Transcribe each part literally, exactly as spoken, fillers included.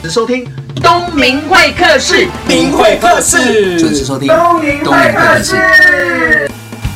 时收听东明会客室， 明会客室， 准时收听东明会客室。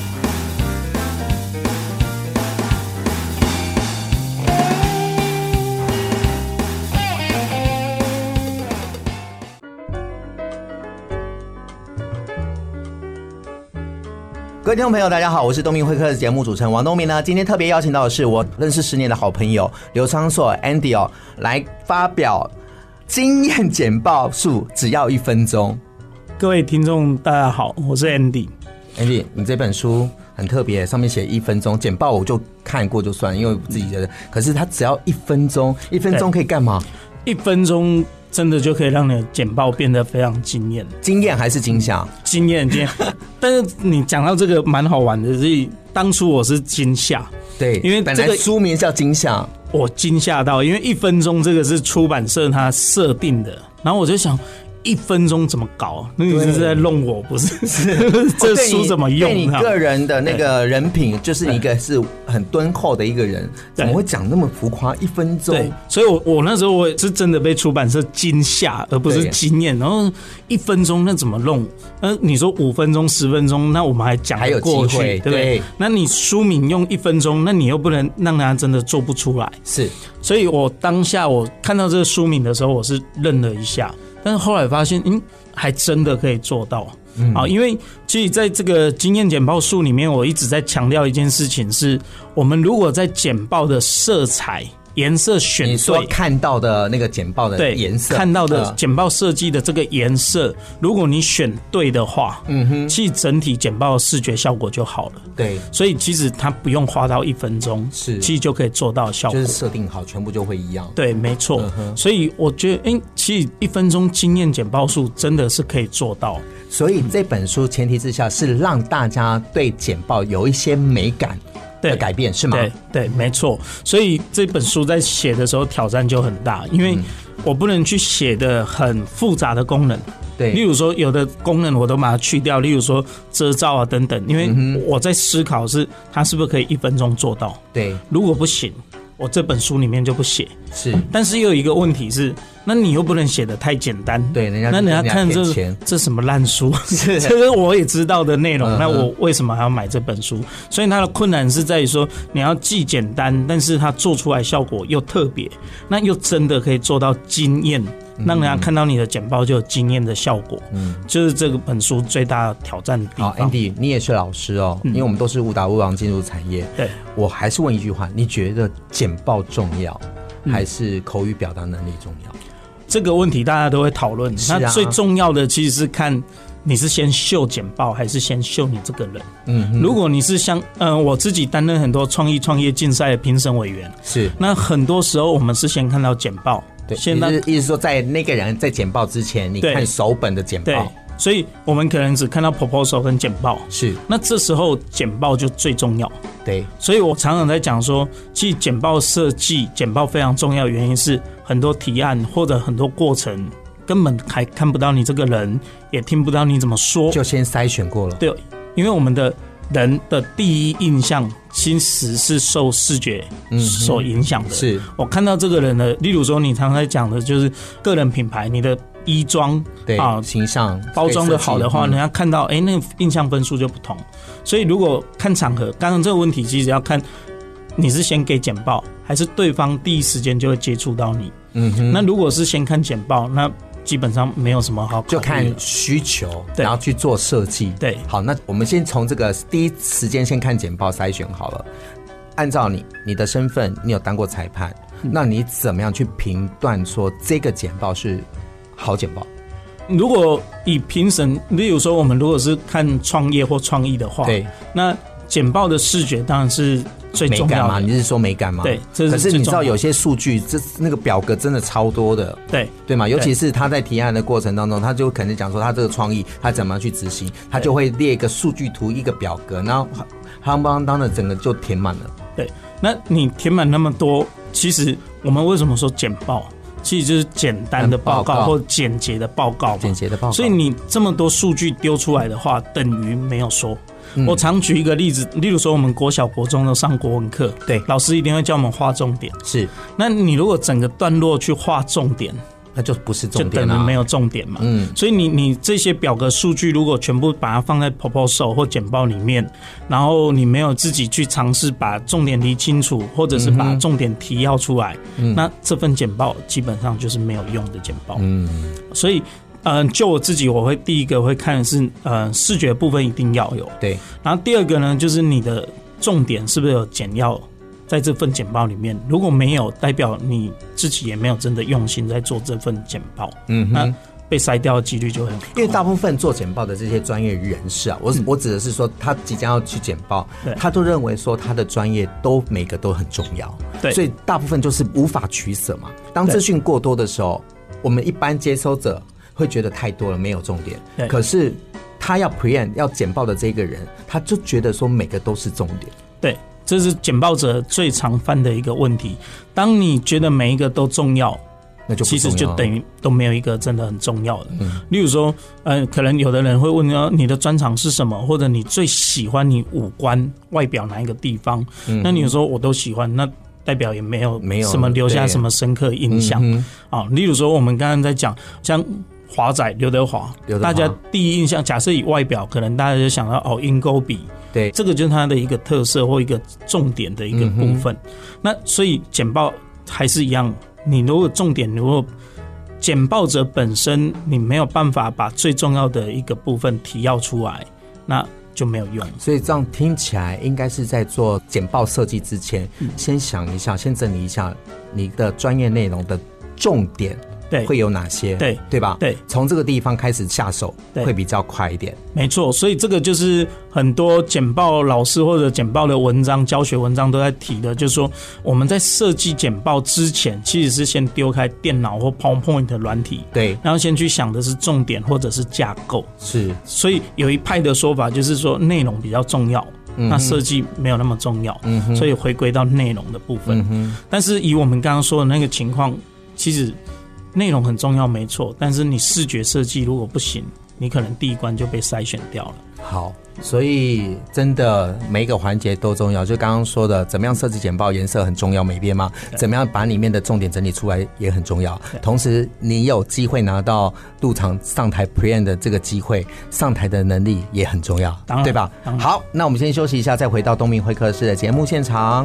各位听众朋友，大家好，我是东明会客的节目主持人王东明呢。今天特别邀请到的是我认识十年的好朋友刘昌硕 Andy 哦，来发表经验简报术，只要一分钟。 各位听众大家好，我是 Andy。Andy， 你这本书很特别，上面写一分钟简报，我就看过就算，因为我自己觉得，可是它只要一分钟，一分钟可以干嘛？ 一分钟。真的就可以让你的简报变得非常惊艳， 惊艳还是惊吓？ 惊艳，惊艳。但是你讲到这个蛮好玩的，所以当初我是惊吓， 对，因为本来书名叫惊吓， 我惊吓到，因为一分钟这个是出版社它设定的，然后我就想。一分钟怎么搞？那你是在弄我不是？这书怎么用？ 对你个人的那个人品，就是你一个是很敦厚的一个人，怎么会讲那么浮夸？一分钟， 对，所以我我那时候我是真的被出版社惊吓，而不是惊艳。然后一分钟那怎么弄？呃，你说五分钟、十分钟，那我们还讲得过去，对不对？对，那你书名用一分钟，那你又不能让人家真的做不出来。 是， 所以我当下我看到这个书名的时候，我是愣了一下。但是后来发现，嗯，还真的可以做到。嗯，啊，因为其实在这个经验简报术里面，我一直在强调一件事情是，我们如果在简报的色彩、颜色选对， 你说看到的那个简报的颜色， 看到的简报设计的这个颜色，如果你选对的话，嗯哼，其实整体简报的视觉效果就好了。 对， 所以其实它不用花到一分钟，是，其实就可以做到效果， 就是设定好，全部就会一样。 对，没错。嗯、所以我觉得，哎、欸，其实一分钟经验简报术真的是可以做到。 所以这本书前提之下是让大家对简报有一些美感的改变，是吗？ 对对，没错。所以这本书在写的时候挑战就很大，因为我不能去写的很复杂的功能。对，例如说有的功能我都把它去掉，例如说遮罩啊等等，因为我在思考是它是不是可以一分钟做到。对，如果不行，我这本书里面就不写。是，但是又有一个问题是，那你又不能写得太简单。对，人家那人家看这这什么烂书，这是我也知道的内容，那我为什么还要买这本书？所以它的困难是在于说，你要既简单，但是它做出来效果又特别，那又真的可以做到惊艳。让人家看到你的简报就有惊艳的效果，嗯，就是这个本书最大的挑战的地方。 好 ，Andy， 你也是老师哦，嗯、因为我们都是误打误撞进入产业。对，我还是问一句话：你觉得简报重要，还是口语表达能力重要？嗯、 这个问题大家都会讨论。啊、那最重要的其实是看你是先秀简报，还是先秀你这个人。嗯，如果你是像嗯、呃，我自己担任很多创意创业竞赛的评审委员，是那很多时候我们是先看到简报。 对，现在意思说，在那个人在简报之前，你看手本的简报， 对，所以我们可能只看到 proposal 跟简报，是，那这时候简报就最重要。对，所以我常常在讲说，其实简报设计、简报非常重要的原因是，很多提案或者很多过程根本还看不到你这个人，也听不到你怎么说， 就先筛选过了。 对，因为我们的人的第一印象其实是受视觉所影响的。嗯、是我看到这个人的，例如说你常常在讲的就是个人品牌，你的衣装对啊形象包装的好的话，人家看到哎、欸、那个印象分数就不同。所以如果看场合，刚刚这个问题其实要看你是先给简报，还是对方第一时间就会接触到你。嗯哼，那如果是先看简报，那基本上没有什么好考虑的， 就看需求，然后去做设计。对，好，那我们先从这个第一时间先看简报筛选好了。按照你你的身份，你有当过裁判，嗯、那你怎么样去评断说这个简报是好简报？ 如果以评审，例如说我们如果是看创业或创意的话，对，那简报的视觉当然是最重要的。 美感吗？你是说美感吗？ 对， 这是可是你知道有些数据，这那个表格真的超多的，对对嘛？尤其是他在提案的过程当中，他就可能讲说他这个创意他怎么样去执行，他就会列一个数据图，一个表格，然后夯邦当的整个就填满了。 对，那你填满那么多，其实我们为什么说简报？其实就是简单的报告或简洁的报告嘛， 简洁的报告。 所以你这么多数据丢出来的话，等于没有说。嗯、我常举一个例子，例如说我们国小国中都上国文课，对，老师一定会叫我们画重点。是，那你如果整个段落去画重点， 那就不是重点、啊， 就等于没有重点嘛。嗯，所以你你这些表格数据如果全部把它放在 proposal 或简报里面，然后你没有自己去尝试把重点理清楚，或者是把重点提要出来，嗯、那这份简报基本上就是没有用的简报。嗯，所以。嗯，就我自己，我会第一个会看的是，呃，视觉部分一定要有。 对。 然后第二个呢，就是你的重点是不是有简要在这份简报里面？如果没有，代表你自己也没有真的用心在做这份简报。嗯哼。那被筛掉的几率就很高。 因为大部分做简报的这些专业人士啊，我、嗯、我指的是说，他即将要去简报，他都认为说他的专业都每个都很重要。对。所以大部分就是无法取舍嘛。当资讯过多的时候，我们一般接收者会觉得太多了，没有重点。可是他要 present 要简报的这个人，他就觉得说每个都是重点。 对，这是简报者最常犯的一个问题。当你觉得每一个都重要， 那就不重要， 其实就等于都没有一个真的很重要的。嗯、例如说，呃，可能有的人会问说你的专长是什么，或者你最喜欢你五官外表哪一个地方？嗯、那你说我都喜欢，那代表也没有什么留下什么深刻印象。嗯、啊，例如说我们刚刚在讲像。华仔刘德华，大家第一印象，假设以外表，可能大家就想到哦，鹰钩鼻，对，这个就是他的一个特色或一个重点的一个部分。嗯、那所以简报还是一样，你如果重点，如果简报者本身你没有办法把最重要的一个部分提要出来，那就没有用。 所以这样听起来，应该是在做简报设计之前，嗯、先想一下，先整理一下你的专业内容的重点。对，会有哪些？对，对吧？对，从这个地方开始下手，会比较快一点。 没错，所以这个就是很多简报老师或者简报的文章、教学文章都在提的，就是说我们在设计简报之前，其实是先丢开电脑或 PowerPoint 的软体，对，然后先去想的是重点或者是架构。是，所以有一派的说法就是说内容比较重要。嗯、那设计没有那么重要，嗯、所以回归到内容的部分。嗯、但是以我们刚刚说的那个情况，其实内容很重要没错，但是你视觉设计如果不行，你可能第一关就被筛选掉了。 好，所以真的每一个环节都重要，就刚刚说的怎么样设计简报，颜色很重要美编吗？怎么样把里面的重点整理出来也很重要，同时你有机会拿到入场上台 present 的这个机会，上台的能力也很重要，对吧？好，那我们先休息一下，再回到东明会客室的节目现场。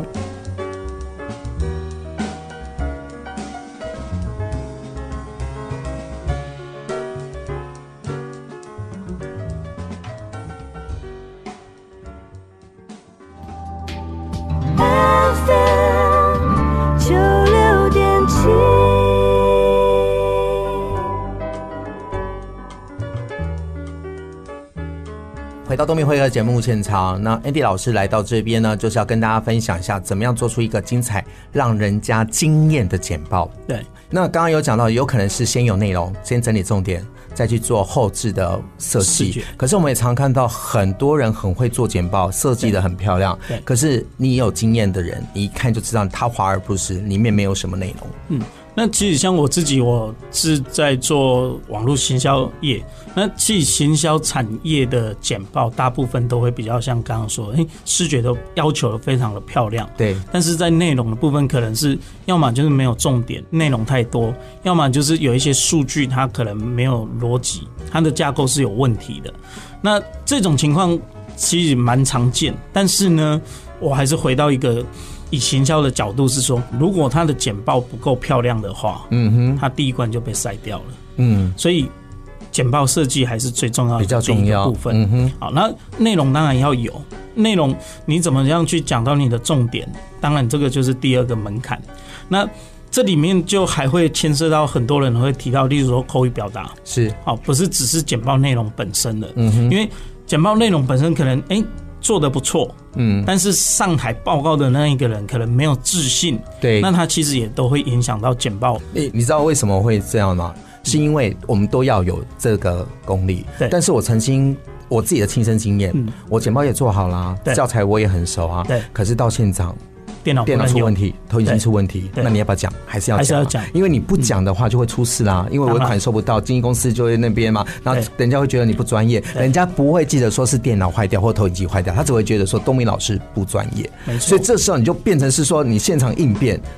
回到东明会客节目现场，那 Andy 老师来到这边呢，就是要跟大家分享一下怎么样做出一个精彩让人家惊艳的简报。对，那刚刚有讲到有可能是先有内容，先整理重点，再去做后置的设计。可是我们也常看到很多人很会做简报，设计的很漂亮，可是你有经验的人，你一看就知道他华而不实，里面没有什么内容。嗯， 那其实像我自己，我是在做网络行销业，那其实行销产业的简报大部分都会比较像刚刚说的，欸，视觉都要求的非常的漂亮，对，但是在内容的部分可能是要么就是没有重点，内容太多，要么就是有一些数据它可能没有逻辑，它的架构是有问题的。那这种情况其实蛮常见，但是呢，我还是回到一个以行销的角度是说，如果他的简报不够漂亮的话，嗯哼，他第一关就被筛掉了。嗯，所以简报设计还是最重要的一个部分。嗯哼，好，那内容当然要有，内容你怎么样去讲到你的重点？当然这个就是第二个门槛。那这里面就还会牵涉到很多人会提到，例如说口语表达，是好，不是只是简报内容本身的。嗯哼，因为简报内容本身可能哎。欸做得不错，嗯，但是上台报告的那一个人可能没有自信，对，那他其实也都会影响到简报。 欸，你知道为什么会这样吗？是因为我们都要有这个功力，对。但是我曾经我自己的亲身经验，嗯，我简报也做好啦，教材我也很熟啊，对。可是到现场，电脑电脑出问题，投影机出问题，那你要不要讲？还是要讲？还是要讲？因为你不讲的话就会出事啦，嗯，因为尾款收不到，经纪公司就会那边嘛，然后人家会觉得你不专业，人家不会记得说是电脑坏掉或投影机坏掉，他只会觉得说东明老师不专业，所以这时候你就变成是说你现场应变，对，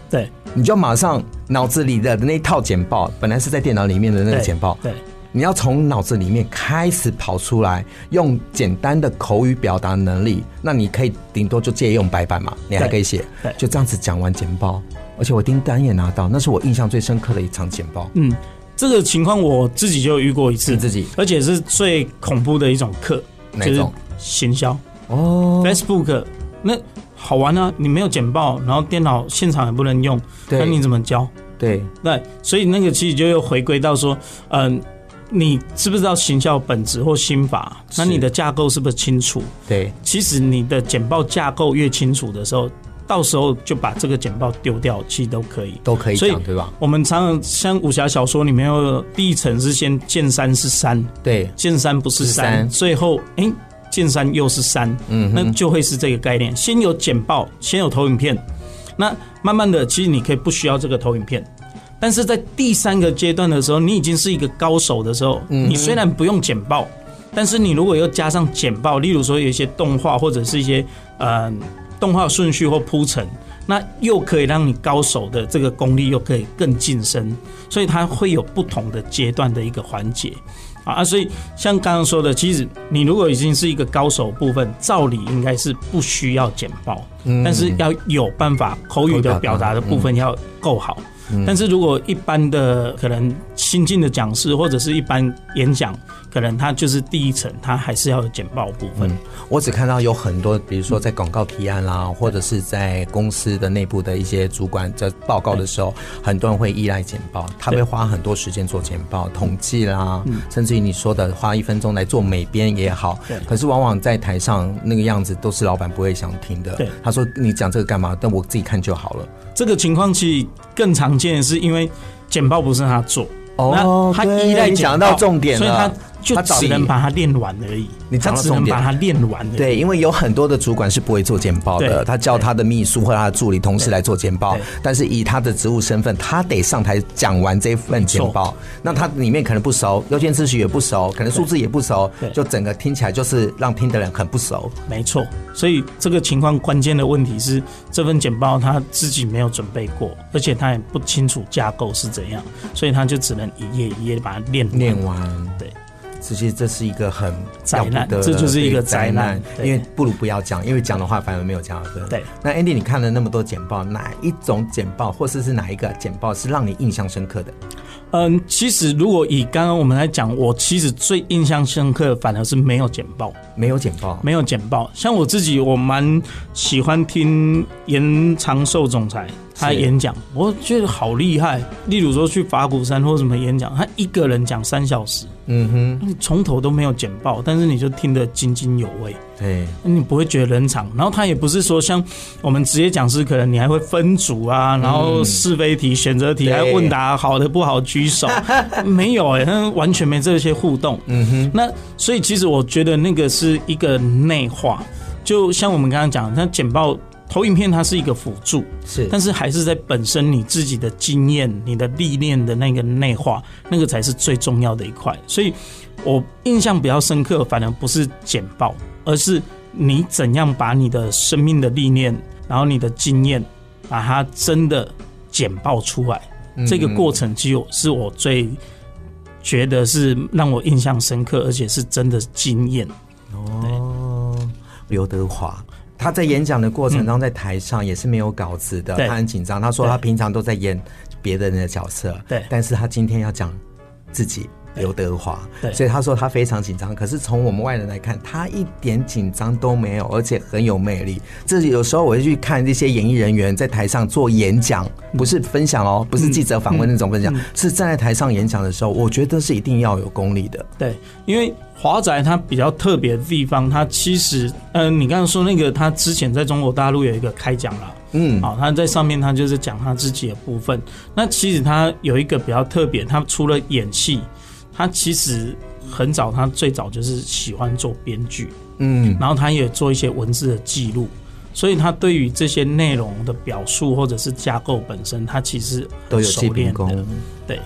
你就马上脑子里的那一套简报，本来是在电脑里面的那个简报， 对，对你要从脑子里面开始跑出来，用简单的口语表达能力，那你可以顶多就借用白板嘛，你还可以写，就这样子讲完简报。而且我订单也拿到，那是我印象最深刻的一场简报。 嗯，这个情况我自己就遇过一次， 你自己， 而且是最恐怖的一种课，就是行销哦 ，Facebook 那好玩啊，你没有简报，然后电脑现场也不能用，那你怎么教？ 对对，所以那个其实就又回归到说，嗯、呃，你知不知道行销本质或心法？那你的架构是不是清楚？ 对， 其实你的简报架构越清楚的时候，到时候就把这个简报丢掉，其实都可以， 都可以讲，对吧？ 我们常常像武侠小说里面有第一层是先见山是山，对，见山不是山，最后哎。欸见山又是山，嗯，那就会是这个概念。先有简报，先有投影片，那慢慢的，其实你可以不需要这个投影片，但是在第三个阶段的时候，你已经是一个高手的时候，嗯、你虽然不用简报，但是你如果又加上简报，例如说有一些动画或者是一些呃动画顺序或铺陈，那又可以让你高手的这个功力又可以更晋升，所以它会有不同的阶段的一个环节。啊，所以像刚刚说的，其实你如果已经是一个高手部分，照理应该是不需要简报，嗯、但是要有办法口语的表达的部分要够好。嗯、但是如果一般的可能新进的讲师或者是一般演讲，可能他就是第一层，他还是要有简报部分。嗯、 我只看到有很多，比如说在广告提案啦，嗯、或者是在公司的内部的一些主管在报告的时候，很多人会依赖简报，他会花很多时间做简报统计啦，嗯、甚至于你说的花一分钟来做美编也好，可是往往在台上那个样子都是老板不会想听的。他说你讲这个干嘛？但我自己看就好了。 这个情况其实更常见的是因为简报不是他做。 哦， 他依赖简报， 讲到重点了， 所以他就只能把它练完而已。 你他只能把它练完而已。 对，因为有很多的主管是不会做简报的，他叫他的秘书或他的助理同事来做简报，但是以他的职务身份，他得上台讲完这份简报。那他里面可能不熟，优先次序也不熟，可能数字也不熟，就整个听起来就是让听的人很不熟。 没错，所以这个情况关键的问题是，这份简报他自己没有准备过，而且他也不清楚架构是怎样，所以他就只能一页一页把它练完。 练完， 对。 其实这是一个很灾难，这就是一个灾难。 因为不如不要讲，因为讲的话反而没有加分。对，那 Andy， 你看了那么多简报，哪一种简报，或是是哪一个简报是让你印象深刻的？ 嗯，其实如果以刚刚我们来讲，我其实最印象深刻，反而是没有简报， 没有简报， 没有简报。像我自己，我蛮喜欢听严长寿总裁他演讲，我觉得好厉害。例如说去法鼓山或什么演讲，他一个人讲三小时，嗯哼，你从头都没有简报，但是你就听得津津有味。对，你不会觉得冷场。然后他也不是说像我们职业讲师，可能你还会分组啊，然后是非题、选择题，还问答，好的不好举手，没有哎、欸，他完全没这些互动。嗯哼，那所以其实我觉得那个是一个内化，就像我们刚刚讲，那简报。投影片它是一个辅助，是，但是还是在本身你自己的经验、你的历练的那个内化，那个才是最重要的一块。所以我印象比较深刻，反而不是简报，而是你怎样把你的生命的历练，然后你的经验，把它真的简报出来。嗯、这个过程就是我最觉得是让我印象深刻，而且是真的经验。 哦，刘德华。他在演讲的过程中，在台上也是没有稿子的，他很紧张。他说他平常都在演别人的角色，对，但是他今天要讲自己刘德华，所以他说他非常紧张。可是从我们外人来看，他一点紧张都没有，而且很有魅力。这有时候我会去看这些演艺人员在台上做演讲，不是分享哦，不是记者访问那种分享，嗯嗯、是站在台上演讲的时候，我觉得是一定要有功力的。 对，因为华仔他比较特别的地方，他其实，嗯、呃，你刚刚说那个，他之前在中国大陆有一个开讲啦，嗯，好，他在上面他就是讲他自己的部分。那其实他有一个比较特别，他除了演戏，他其实很早，他最早就是喜欢做编剧，嗯，然后他也做一些文字的记录，所以他对于这些内容的表述或者是架构本身，他其实都有基本功，对。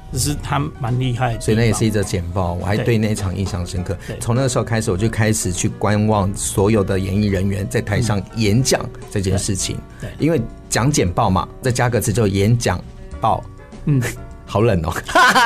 只是他蛮厉害的， 所以那也是一则简报，我还对那一场印象深刻。从那个时候开始，我就开始去观望所有的演艺人员在台上演讲这件事情， 对对， 因为讲简报嘛，再加个词就演讲报，嗯，好冷哦。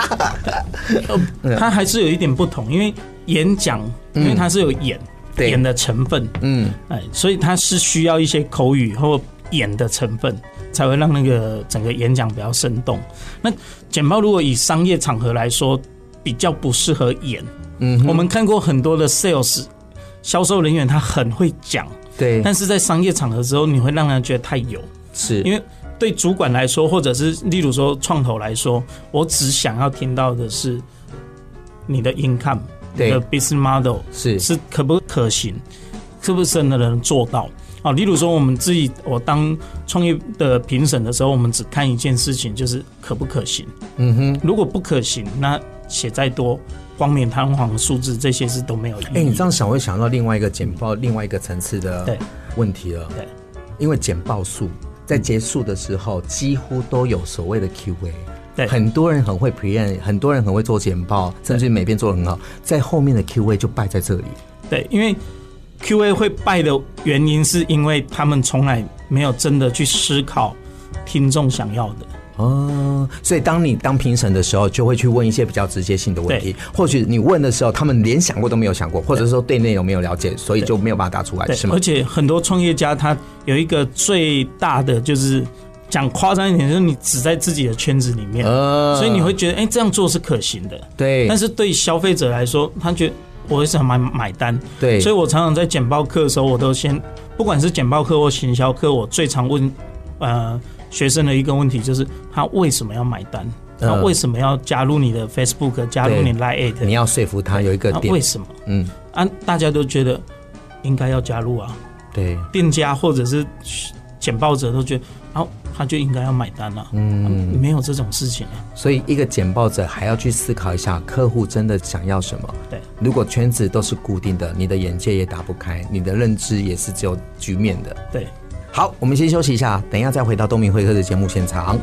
它还是有一点不同，因为演讲，因为它是有演、嗯、演的成分，嗯，哎，所以它是需要一些口语或演的成分，才会让那个整个演讲比较生动。那简报如果以商业场合来说，比较不适合演。嗯，我们看过很多的 sales 销售人员，他很会讲， 对， 但是在商业场合之后，你会让人觉得太油， 是因为对主管来说，或者是例如说创投来说，我只想要听到的是你的 income， 你的 business model 是是可不可行，是不是真的能做到。哦，例如说我们自己，我当创业的评审的时候，我们只看一件事情，就是可不可行。嗯哼，如果不可行，那写再多冠冕堂皇的数字，这些是都没有意义。 哎、欸，你这样想会想到另外一个简报，另外一个层次的问题了。 对， 因为简报数在结束的时候，几乎都有所谓的 Q A。 对， 很多人很会 present， 很多人很会做简报，甚至每遍做得很好，在后面的 Q A 就败在这里。 对，因为Q A 会败的原因是因为他们从来没有真的去思考听众想要的哦，所以当你当评审的时候，就会去问一些比较直接性的问题。或许你问的时候，他们连想过都没有想过，或者说对内容没有了解，所以就没有办法答出来，是吗？ 而且很多创业家他有一个最大的就是讲夸张一点，就是你只在自己的圈子里面，呃、所以你会觉得哎、欸、这样做是可行的。 对， 但是对消费者来说，他觉得我为什么买买单？ 对， 所以我常常在简报课的时候，我都先不管是简报课或行销课，我最常问呃学生的一个问题就是他为什么要买单？他为什么要加入你的 Facebook？ 加入你 Line？ 你要说服他有一个点， 为什么？嗯，啊，大家都觉得应该要加入啊。 对， 店家或者是简报者都觉得，然后他就应该要买单了、啊。嗯，没有这种事情啊。 所以一个简报者还要去思考一下，客户真的想要什么。 对， 如果圈子都是固定的，你的眼界也打不开，你的认知也是只有局面的。 对， 好，我们先休息一下，等一下再回到东明会客的节目现场。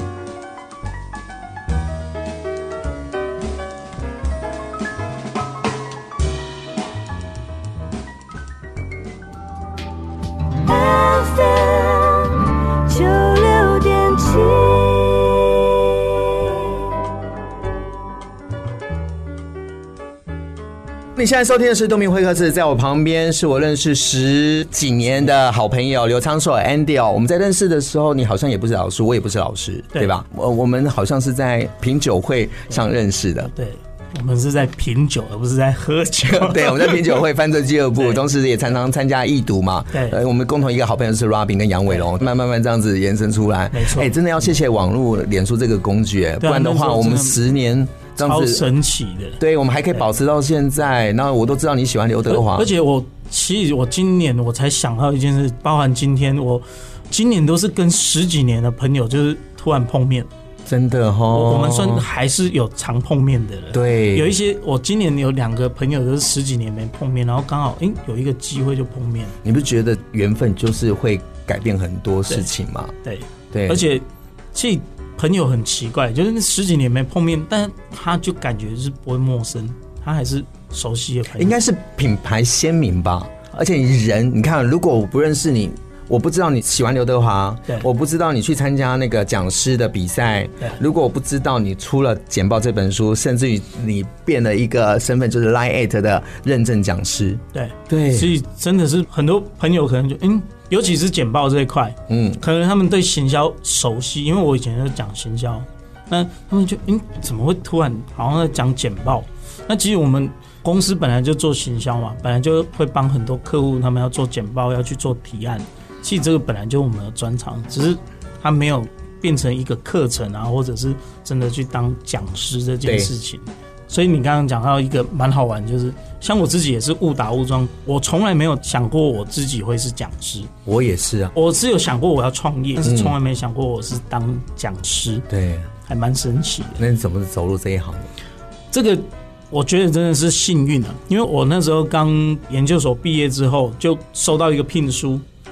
你现在收听的是东明会客室，在我旁边是我认识十几年的好朋友刘昌硕 Andy 哦。我们在认识的时候，你好像也不是老师，我也不是老师， 对, 对吧？我我们好像是在品酒会上认识的。 对，我们是在品酒，而不是在喝酒。 对，我们在品酒会犯罪俱乐部，同时也常常参加易读嘛。 对， 呃，我们共同一个好朋友是 Robin 跟杨伟龙，慢慢慢这样子延伸出来。 没错， 哎、欸，真的要谢谢网络、脸书这个工具、欸，不然的话，我们十年。 超神奇的， 对，我们还可以保持到现在。然后我都知道你喜欢刘德华， 而且我其实我今年我才想到一件事，包含今天我今年都是跟十几年的朋友就是突然碰面， 真的哦， 我们算还是有常碰面的人。 对， 有一些我今年有两个朋友都是十几年没碰面，然后刚好哎、欸、有一个机会就碰面。 你不觉得缘分就是会改变很多事情吗？ 对 对, 对，而且其实。朋友很奇怪，就是十几年没碰面，但他就感觉是不会陌生，他还是熟悉的朋友。 应该是品牌鲜明吧，而且你人，你看，如果我不认识你，我不知道你喜欢刘德华，我不知道你去参加那个讲师的比赛，如果我不知道你出了《简报》这本书，甚至于你变了一个身份，就是 Line eight 的认证讲师。 对对， 所以真的是很多朋友可能就嗯。尤其是简报这一块，嗯，可能他们对行销熟悉，因为我以前就讲行销，那他们就嗯，怎么会突然好像在讲简报？那其实我们公司本来就做行销嘛，本来就会帮很多客户，他们要做简报，要去做提案。其实这个本来就是我们的专长，只是他没有变成一个课程啊，或者是真的去当讲师这件事情。所以你刚刚讲到一个蛮好玩，就是像我自己也是误打误撞，我从来没有想过我自己会是讲师。 我也是啊， 我是有想过我要创业，但是从来没想过我是当讲师。 对， 还蛮神奇的。 那你怎么走入这一行的？ 这个我觉得真的是幸运啊，因为我那时候刚研究所毕业之后，就收到一个聘书，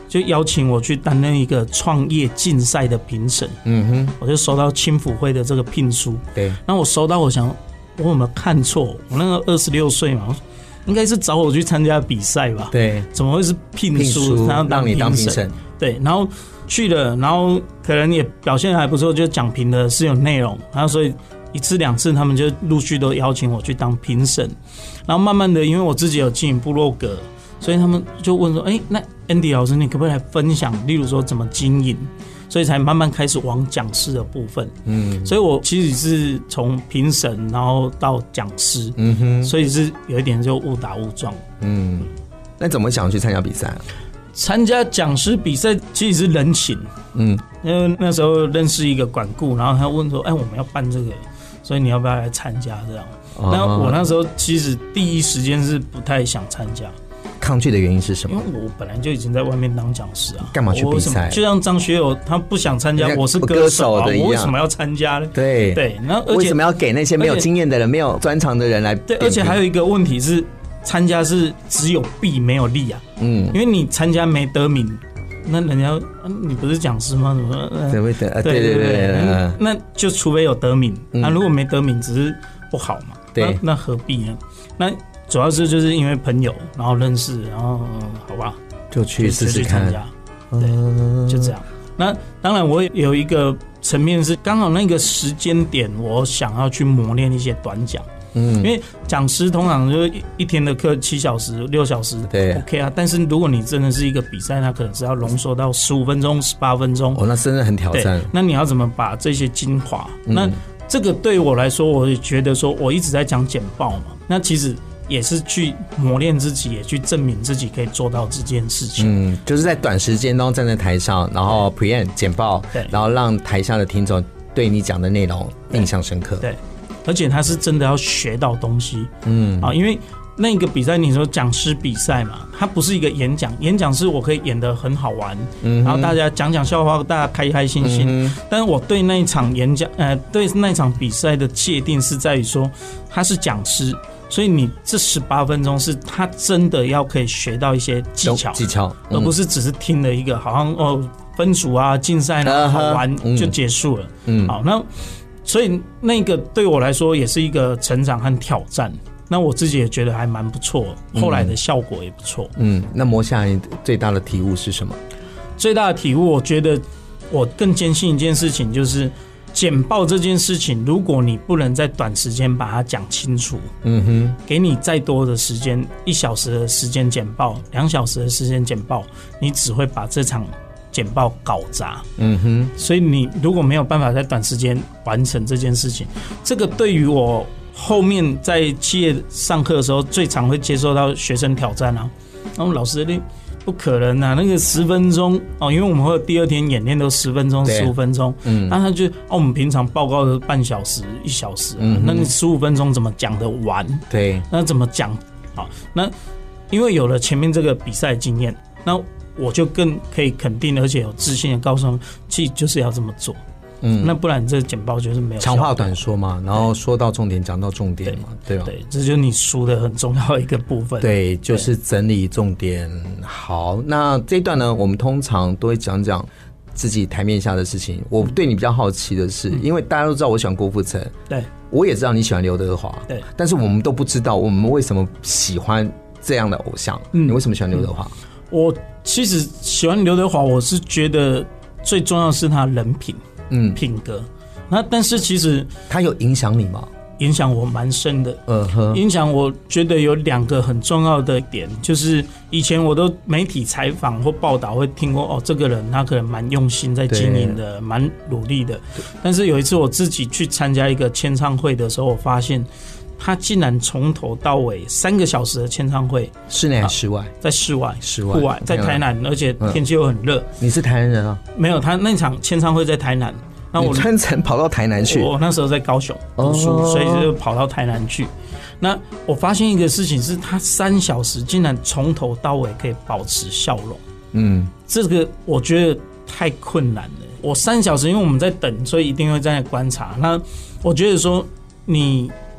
就邀请我去担任一个创业竞赛的评审。嗯哼，我就收到青辅会的这个聘书。 对， 然后我收到，我想我有没有看错？我那个二十六岁嘛，应该是找我去参加比赛吧？ 对， 怎么会是聘书？他让你当评审？ 对，然后去了，然后可能也表现还不错，就讲评的是有内容，然后所以一次两次他们就陆续都邀请我去当评审，然后慢慢的，因为我自己有经营部落格。所以他们就问说：“哎、欸，那 Andy 老师，你可不可以来分享？例如说怎么经营？”所以才慢慢开始往讲师的部分。嗯，所以我其实是从评审，然后到讲师。嗯哼，所以是有一点就误打误撞。 嗯，那怎么想去参加比赛、啊？ 参加讲师比赛其实是人情。嗯，因为那时候认识一个管顾，然后他问说：“哎、欸，我们要办这个，所以你要不要来参加？”这样。哦、那我那时候其实第一时间是不太想参加。 抗拒的原因是什么？ 因为我本来就已经在外面当讲师啊， 干嘛去比赛？ 就像张学友他不想参加，我是歌手啊，我为什么要参加呢？ 对对，然后而且为什么要给那些没有经验的人、没有专长的人来？ 对，而且还有一个问题是，参加是只有弊没有利啊。嗯，因为你参加没得名，那人家你不是讲师吗？怎么怎么会得？对对对， 那就除非有得名，那如果没得名，只是不好嘛。 对， 那何必呢？那主要是就是因为朋友，然后认识，然后、嗯、好吧， 就去试试看， 对，嗯、就这样。那当然，我有一个层面是刚好那个时间点，我想要去磨练一些短讲。嗯，因为讲师通常就一天的课七小时、六小时， 对 ，OK 啊。但是如果你真的是一个比赛，那可能是要浓缩到十五分钟、十八分钟。 哦，那真的很挑战。 那你要怎么把这些精华？嗯、那这个对我来说，我也觉得说，我一直在讲简报嘛。那其实也是去磨练自己，也去证明自己可以做到这件事情。 嗯，就是在短时间中站在台上，然后 present 简报，然后让台下的听众对你讲的内容印象深刻。 对，而且他是真的要学到东西。嗯，啊，因为那个比赛，你说讲师比赛嘛，它不是一个演讲，演讲是我可以演得很好玩，嗯、然后大家讲讲笑话，大家开开心心。嗯、但是我对那一场演讲，呃，对那一场比赛的界定是在于说，他是讲师。所以你这十八分钟是他真的要可以学到一些技巧， 技巧， 嗯、而不是只是听了一个好像哦分组啊竞赛呢好玩就结束了。嗯，好，那所以那个对我来说也是一个成长和挑战。那我自己也觉得还蛮不错，后来的效果也不错。 嗯，那磨下来最大的体悟是什么？ 最大的体悟，我觉得我更坚信一件事情就是。简报这件事情，如果你不能在短时间把它讲清楚，嗯哼，给你再多的时间，一小时的时间简报，两小时的时间简报，你只会把这场简报搞砸，嗯哼。所以你如果没有办法在短时间完成这件事情，这个对于我后面在企业上课的时候，最常会接受到学生挑战啊，然后老师你。不可能啊！那个十分钟哦，因为我们会有第二天演练都十分钟、十五分钟，嗯，那他就哦，我们平常报告的半小时、一小时、啊，嗯，那你十五分钟怎么讲得完？ 对， 那怎么讲？好，那因为有了前面这个比赛经验，那我就更可以肯定而且有自信的告诉他们，其实就是要这么做。嗯，那不然这简报就是没有长话短说嘛，然后说到重点，讲到重点嘛，对吧？ 对，这就是你输的很重要的一个部分。 对，就是整理重点。好，那这一段呢，我们通常都会讲讲自己台面下的事情。我对你比较好奇的是，嗯、因为大家都知道我喜欢郭富城， 对， 我也知道你喜欢刘德华， 对， 但是我们都不知道我们为什么喜欢这样的偶像。嗯、你为什么喜欢刘德华？ 嗯、我其实喜欢刘德华，我是觉得最重要的是他人品。嗯，品格。那但是其实他有影响你吗？ 影响我蛮深的。嗯哼，影响我觉得有两个很重要的点，就是以前我都媒体采访或报道会听过哦，这个人他可能蛮用心在经营的，蛮努力的。但是有一次我自己去参加一个签唱会的时候，我发现他竟然从头到尾三个小时的签唱会， 室内还是室外？ 在室外， 室外， 户外，在台南，而且天气又很热。 你是台南人啊？ 没有，他那场签唱会在台南。那我专程跑到台南去。 我那时候在高雄读书，哦、所以就跑到台南去。那我发现一个事情是，他三小时竟然从头到尾可以保持笑容。嗯，这个我觉得太困难了。我三小时，因为我们在等，所以一定会在那观察。那我觉得说，你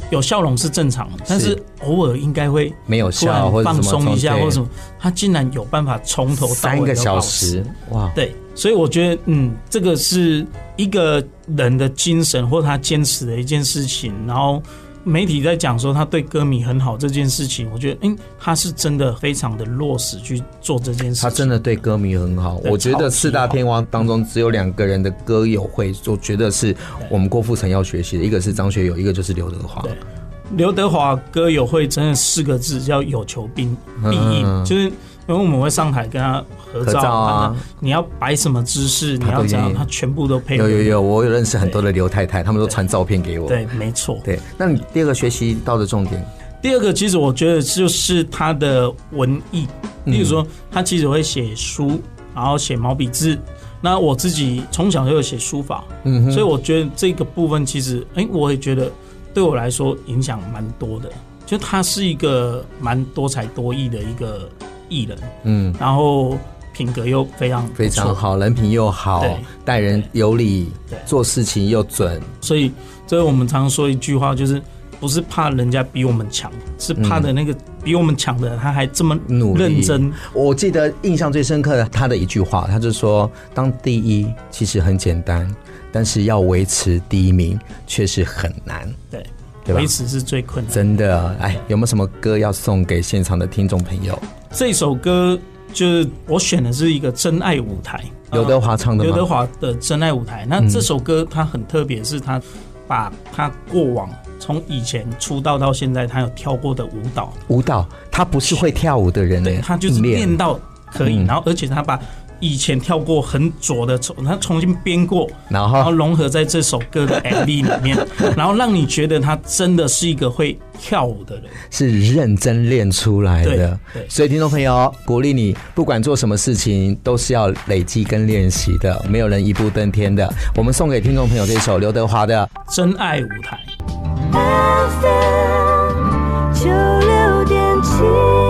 有笑容是正常的，但是偶尔应该会没有笑或者放松一下或者什么，他竟然有办法从头到尾三个小时，哇！ 对，所以我觉得，嗯，这个是一个人的精神或他坚持的一件事情。然后媒体在讲说他对歌迷很好这件事情，我觉得，嗯，他是真的非常的落实去做这件事情。 他真的对歌迷很好。我觉得四大天王当中只有两个人的歌友会，我觉得是我们郭富城要学习的，一个是张学友，一个就是刘德华。对， 刘德华歌友会真的四个字叫有求必必应，嗯、就是因为我们会上台跟他合照，合照啊，你要摆什么姿势，你要怎样，他全部都配合。 有有有，我有认识很多的刘太太，他们都传照片给我。 对，没错。 对，那你第二个学习到的重点？ 第二个其实我觉得就是他的文艺，例如说他其实会写书，然后写毛笔字。那我自己从小就有写书法，嗯哼，所以我觉得这个部分其实，哎、欸，我也觉得对我来说影响蛮多的。就他是一个蛮多才多艺的一个艺人，嗯，然后品格又非常非常好，人品又好，待人有礼，做事情又准。 所以，这我们常说一句话，就是不是怕人家比我们强，是怕的那个比我们强的他还这么认真。 我记得印象最深刻的他的一句话，他就说：“当第一其实很简单，但是要维持第一名却是很难。” 对。维持是最困难的， 真的。哎，有没有什么歌要送给现场的听众朋友？ 这首歌就是我选的是一个真爱舞台， 刘德华唱的吗？ 刘德华的真爱舞台。那这首歌它很特别，是他把他过往从以前出道到现在他有跳过的舞蹈， 舞蹈他不是会跳舞的人， 对，他就是练到可以，嗯、然后而且他把以前跳过很左的，他重新编过，然后, 然后融合在这首歌的 M V 里面，然后让你觉得他真的是一个会跳舞的人， 是认真练出来的。对对，所以听众朋友，鼓励你，不管做什么事情，都是要累积跟练习的，没有人一步登天的。我们送给听众朋友这首刘德华的 《真爱舞台》。 F M 九六点七。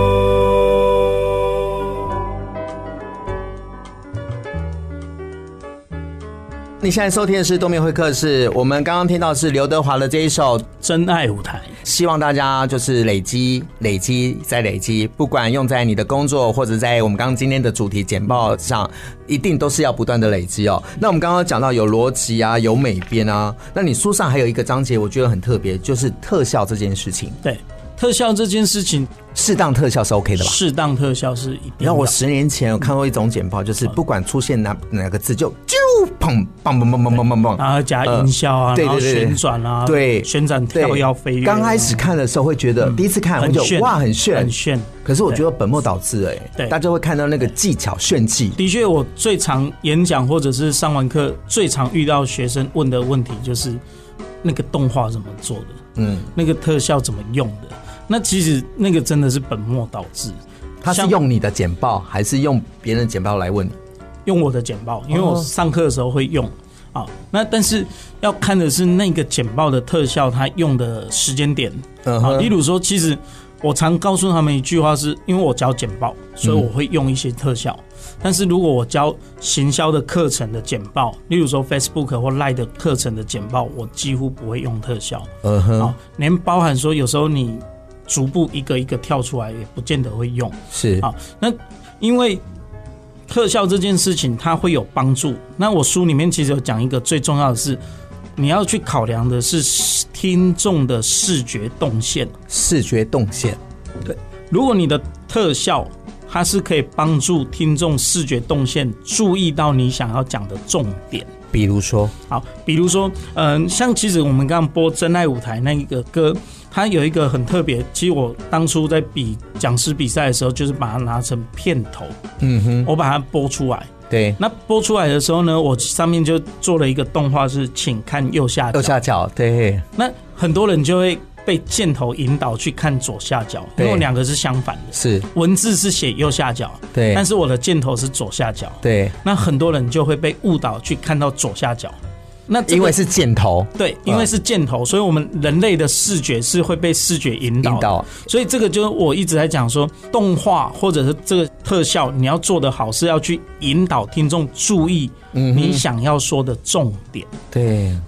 你现在收听的是东明会客室，我们刚刚听到的是刘德华的这一首《 真爱舞台》， 希望大家就是累积、累积再累积，不管用在你的工作或者在我们刚刚今天的主题简报上，一定都是要不断的累积哦。那我们刚刚讲到有逻辑啊，有美编啊，那你书上还有一个章节，我觉得很特别，就是特效这件事情。 对。特效这件事情， 适当特效是 OK 的吧？ 适当特效是一定的。 然后我十年前有看过一种简报，就是不管出现哪哪个字就啾砰砰砰砰砰砰砰砰， 然后加音效啊， 对对对， 然后旋转啊， 对， 旋转跳跃飞跃。 刚开始看的时候会觉得，第一次看会觉得哇很炫很炫， 可是我觉得本末倒置哎，对，大家会看到那个技巧炫技。 的确，我最常演讲或者是上完课，最常遇到学生问的问题就是那个动画怎么做的，嗯，那个特效怎么用的。那其实那个真的是本末倒置。 他是用你的简报还是用别人的简报来问你？ 用我的简报，因为我上课的时候会用啊。那但是要看的是那个简报的特效，它用的时间点啊。例如说，其实我常告诉他们一句话是，因为我教简报，所以我会用一些特效。但是如果我教行销的课程的简报，例如说 Facebook 或 Line 的课程的简报，我几乎不会用特效。嗯哼，连包含说有时候你逐步一个一个跳出来，也不见得会用。 是啊， 那因为特效这件事情它会有帮助。那我书里面其实有讲一个最重要的是，你要去考量的是听众的视觉动线。 视觉动线， 对。如果你的特效它是可以帮助听众视觉动线注意到你想要讲的重点， 比如说， 好，比如说，嗯、呃，像其实我们刚刚播《真爱舞台》那一个歌，它有一个很特别。其实我当初在比讲师比赛的时候，就是把它拿成片头，嗯哼，我把它播出来。 对， 那播出来的时候呢，我上面就做了一个动画，是请看右下角。 右下角，对。 那很多人就会被箭头引导去看左下角，因为两个是相反的。是，文字是写右下角，对，但是我的箭头是左下角，对。那很多人就会被误导去看到左下角。那、這個、 因为是箭头， 对，因为是箭头，所以我们人类的视觉是会被视觉引导的。引导，所以这个就是我一直在讲说，动画或者是这个特效，你要做得好，是要去引导听众注意你想要说的重点。 对， 那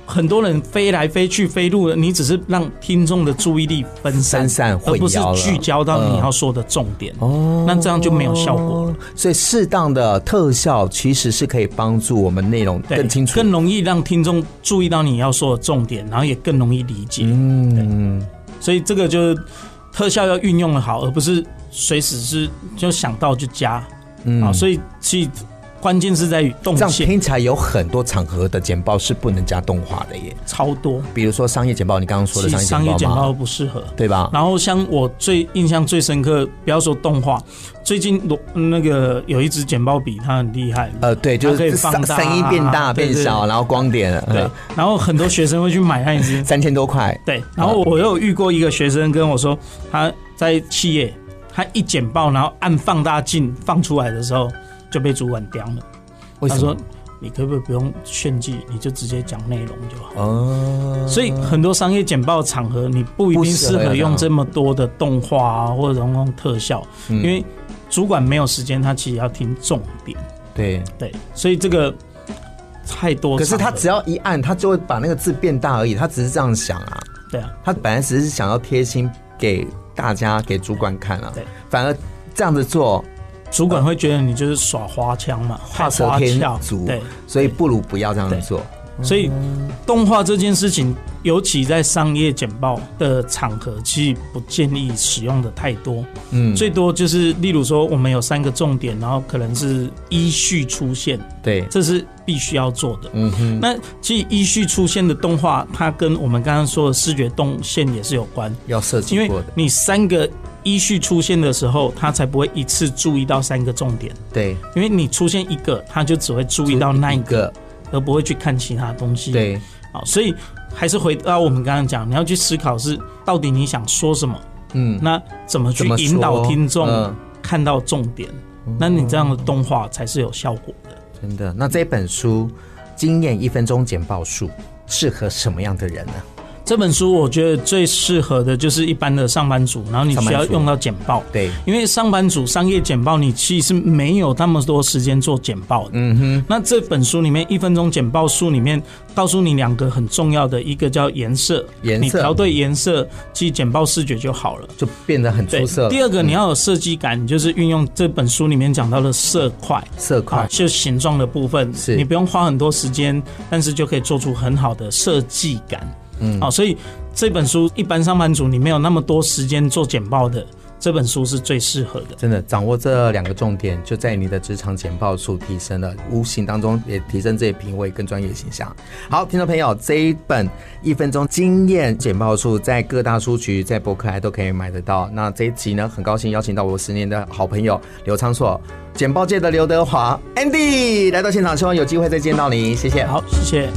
很多人飞来飞去飞路的，你只是让听众的注意力分散， 分散而不是聚焦到你要说的重点。哦、嗯，那这样就没有效果了。 所以适当的特效其实是可以帮助我们内容更清楚， 更容易让听众注意到你要说的重点，然后也更容易理解。嗯，所以这个就是特效要运用的好，而不是随时是就想到就加。嗯，啊，所以其实关键是在于动线。 这样听起来有很多场合的简报是不能加动画的耶， 超多。 比如说商业简报，你刚刚说的商业简报， 商业简报不适合， 对吧？ 然后像我最印象最深刻，不要说动画，最近那个有一支简报笔，它很厉害。 呃，对，就是可以放大，声音变大变小，然后光点。 对，然后很多学生会去买那一支， 三千多块。对， 然后我又遇过一个学生跟我说，他在企业，他一简报，然后按放大镜放出来的时候，就被主管刁了。他说：“你可不可以不用炫技，你就直接讲内容就好。”哦，所以很多商业简报场合，你不一定适合用这么多的动画啊，或者用特效，嗯、因为主管没有时间，他其实要听重点。 对对，所以这个太多。 可是他只要一按，他就会把那个字变大而已，他只是这样想啊。 对啊， 他本来只是想要贴心给大家、给主管看啊。对，反而这样子做。 主管会觉得你就是耍花枪嘛， 画蛇添足，对，所以不如不要这样做。 所以动画这件事情，尤其在商业简报的场合，其实不建议使用的太多。嗯，最多就是例如说，我们有三个重点，然后可能是依序出现， 对， 这是必须要做的。嗯哼，那其实依序出现的动画，它跟我们刚刚说的视觉动线也是有关， 要设计过的。 因为你三个依序出现的时候，他才不会一次注意到三个重点。 对， 因为你出现一个，他就只会注意到那一个，而不会去看其他东西。 对， 好，所以还是回到我们刚刚讲，你要去思考是到底你想说什么，嗯，那怎么去引导听众看到重点？嗯、那你这样的动画才是有效果的。 真的，那这本书《经验一分钟简报术》适合什么样的人呢？ 这本书我觉得最适合的就是一般的上班族，然后你需要用到简报。 对， 因为上班族商业简报你其实没有那么多时间做简报的。嗯哼。那这本书里面一分钟简报术里面告诉你两个很重要的，一个叫颜色， 颜色你调对颜色，其实简报视觉就好了， 就变得很出色。 第二个你要有设计感，就是运用这本书里面讲到的色块， 色块、啊、 就形状的部分，是你不用花很多时间，但是就可以做出很好的设计感。嗯，好，所以这本书一般上班族你没有那么多时间做简报的，这本书是最适合的。 真的，掌握这两个重点，就在你的职场简报术提升了，无形当中也提升自己的品味跟专业形象。好，听众朋友，这一本一分钟经验简报术在各大书局、在博客来都可以买得到。那这一集呢，很高兴邀请到我十年的好朋友刘昌硕，简报界的刘德华 Andy 来到现场，希望有机会再见到你，谢谢。 好，谢谢。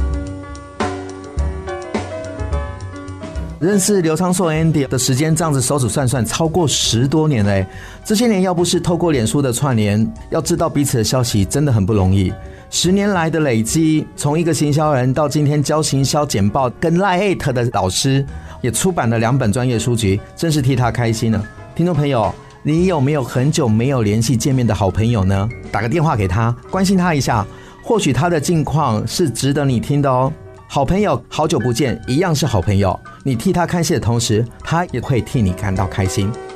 认识刘昌硕 Andy 的时间，这样子手指算算超过十多年了。这些年要不是透过脸书的串联，要知道彼此的消息真的很不容易。十年来的累积，从一个行销人到今天教行销简报跟 Line 的老师，也出版了两本专业书籍，真是替他开心了。听众朋友，你有没有很久没有联系见面的好朋友呢？打个电话给他，关心他一下，或许他的近况是值得你听的哦。好朋友好久不见，一样是好朋友，你替他看戏的同时，他也会替你感到开心。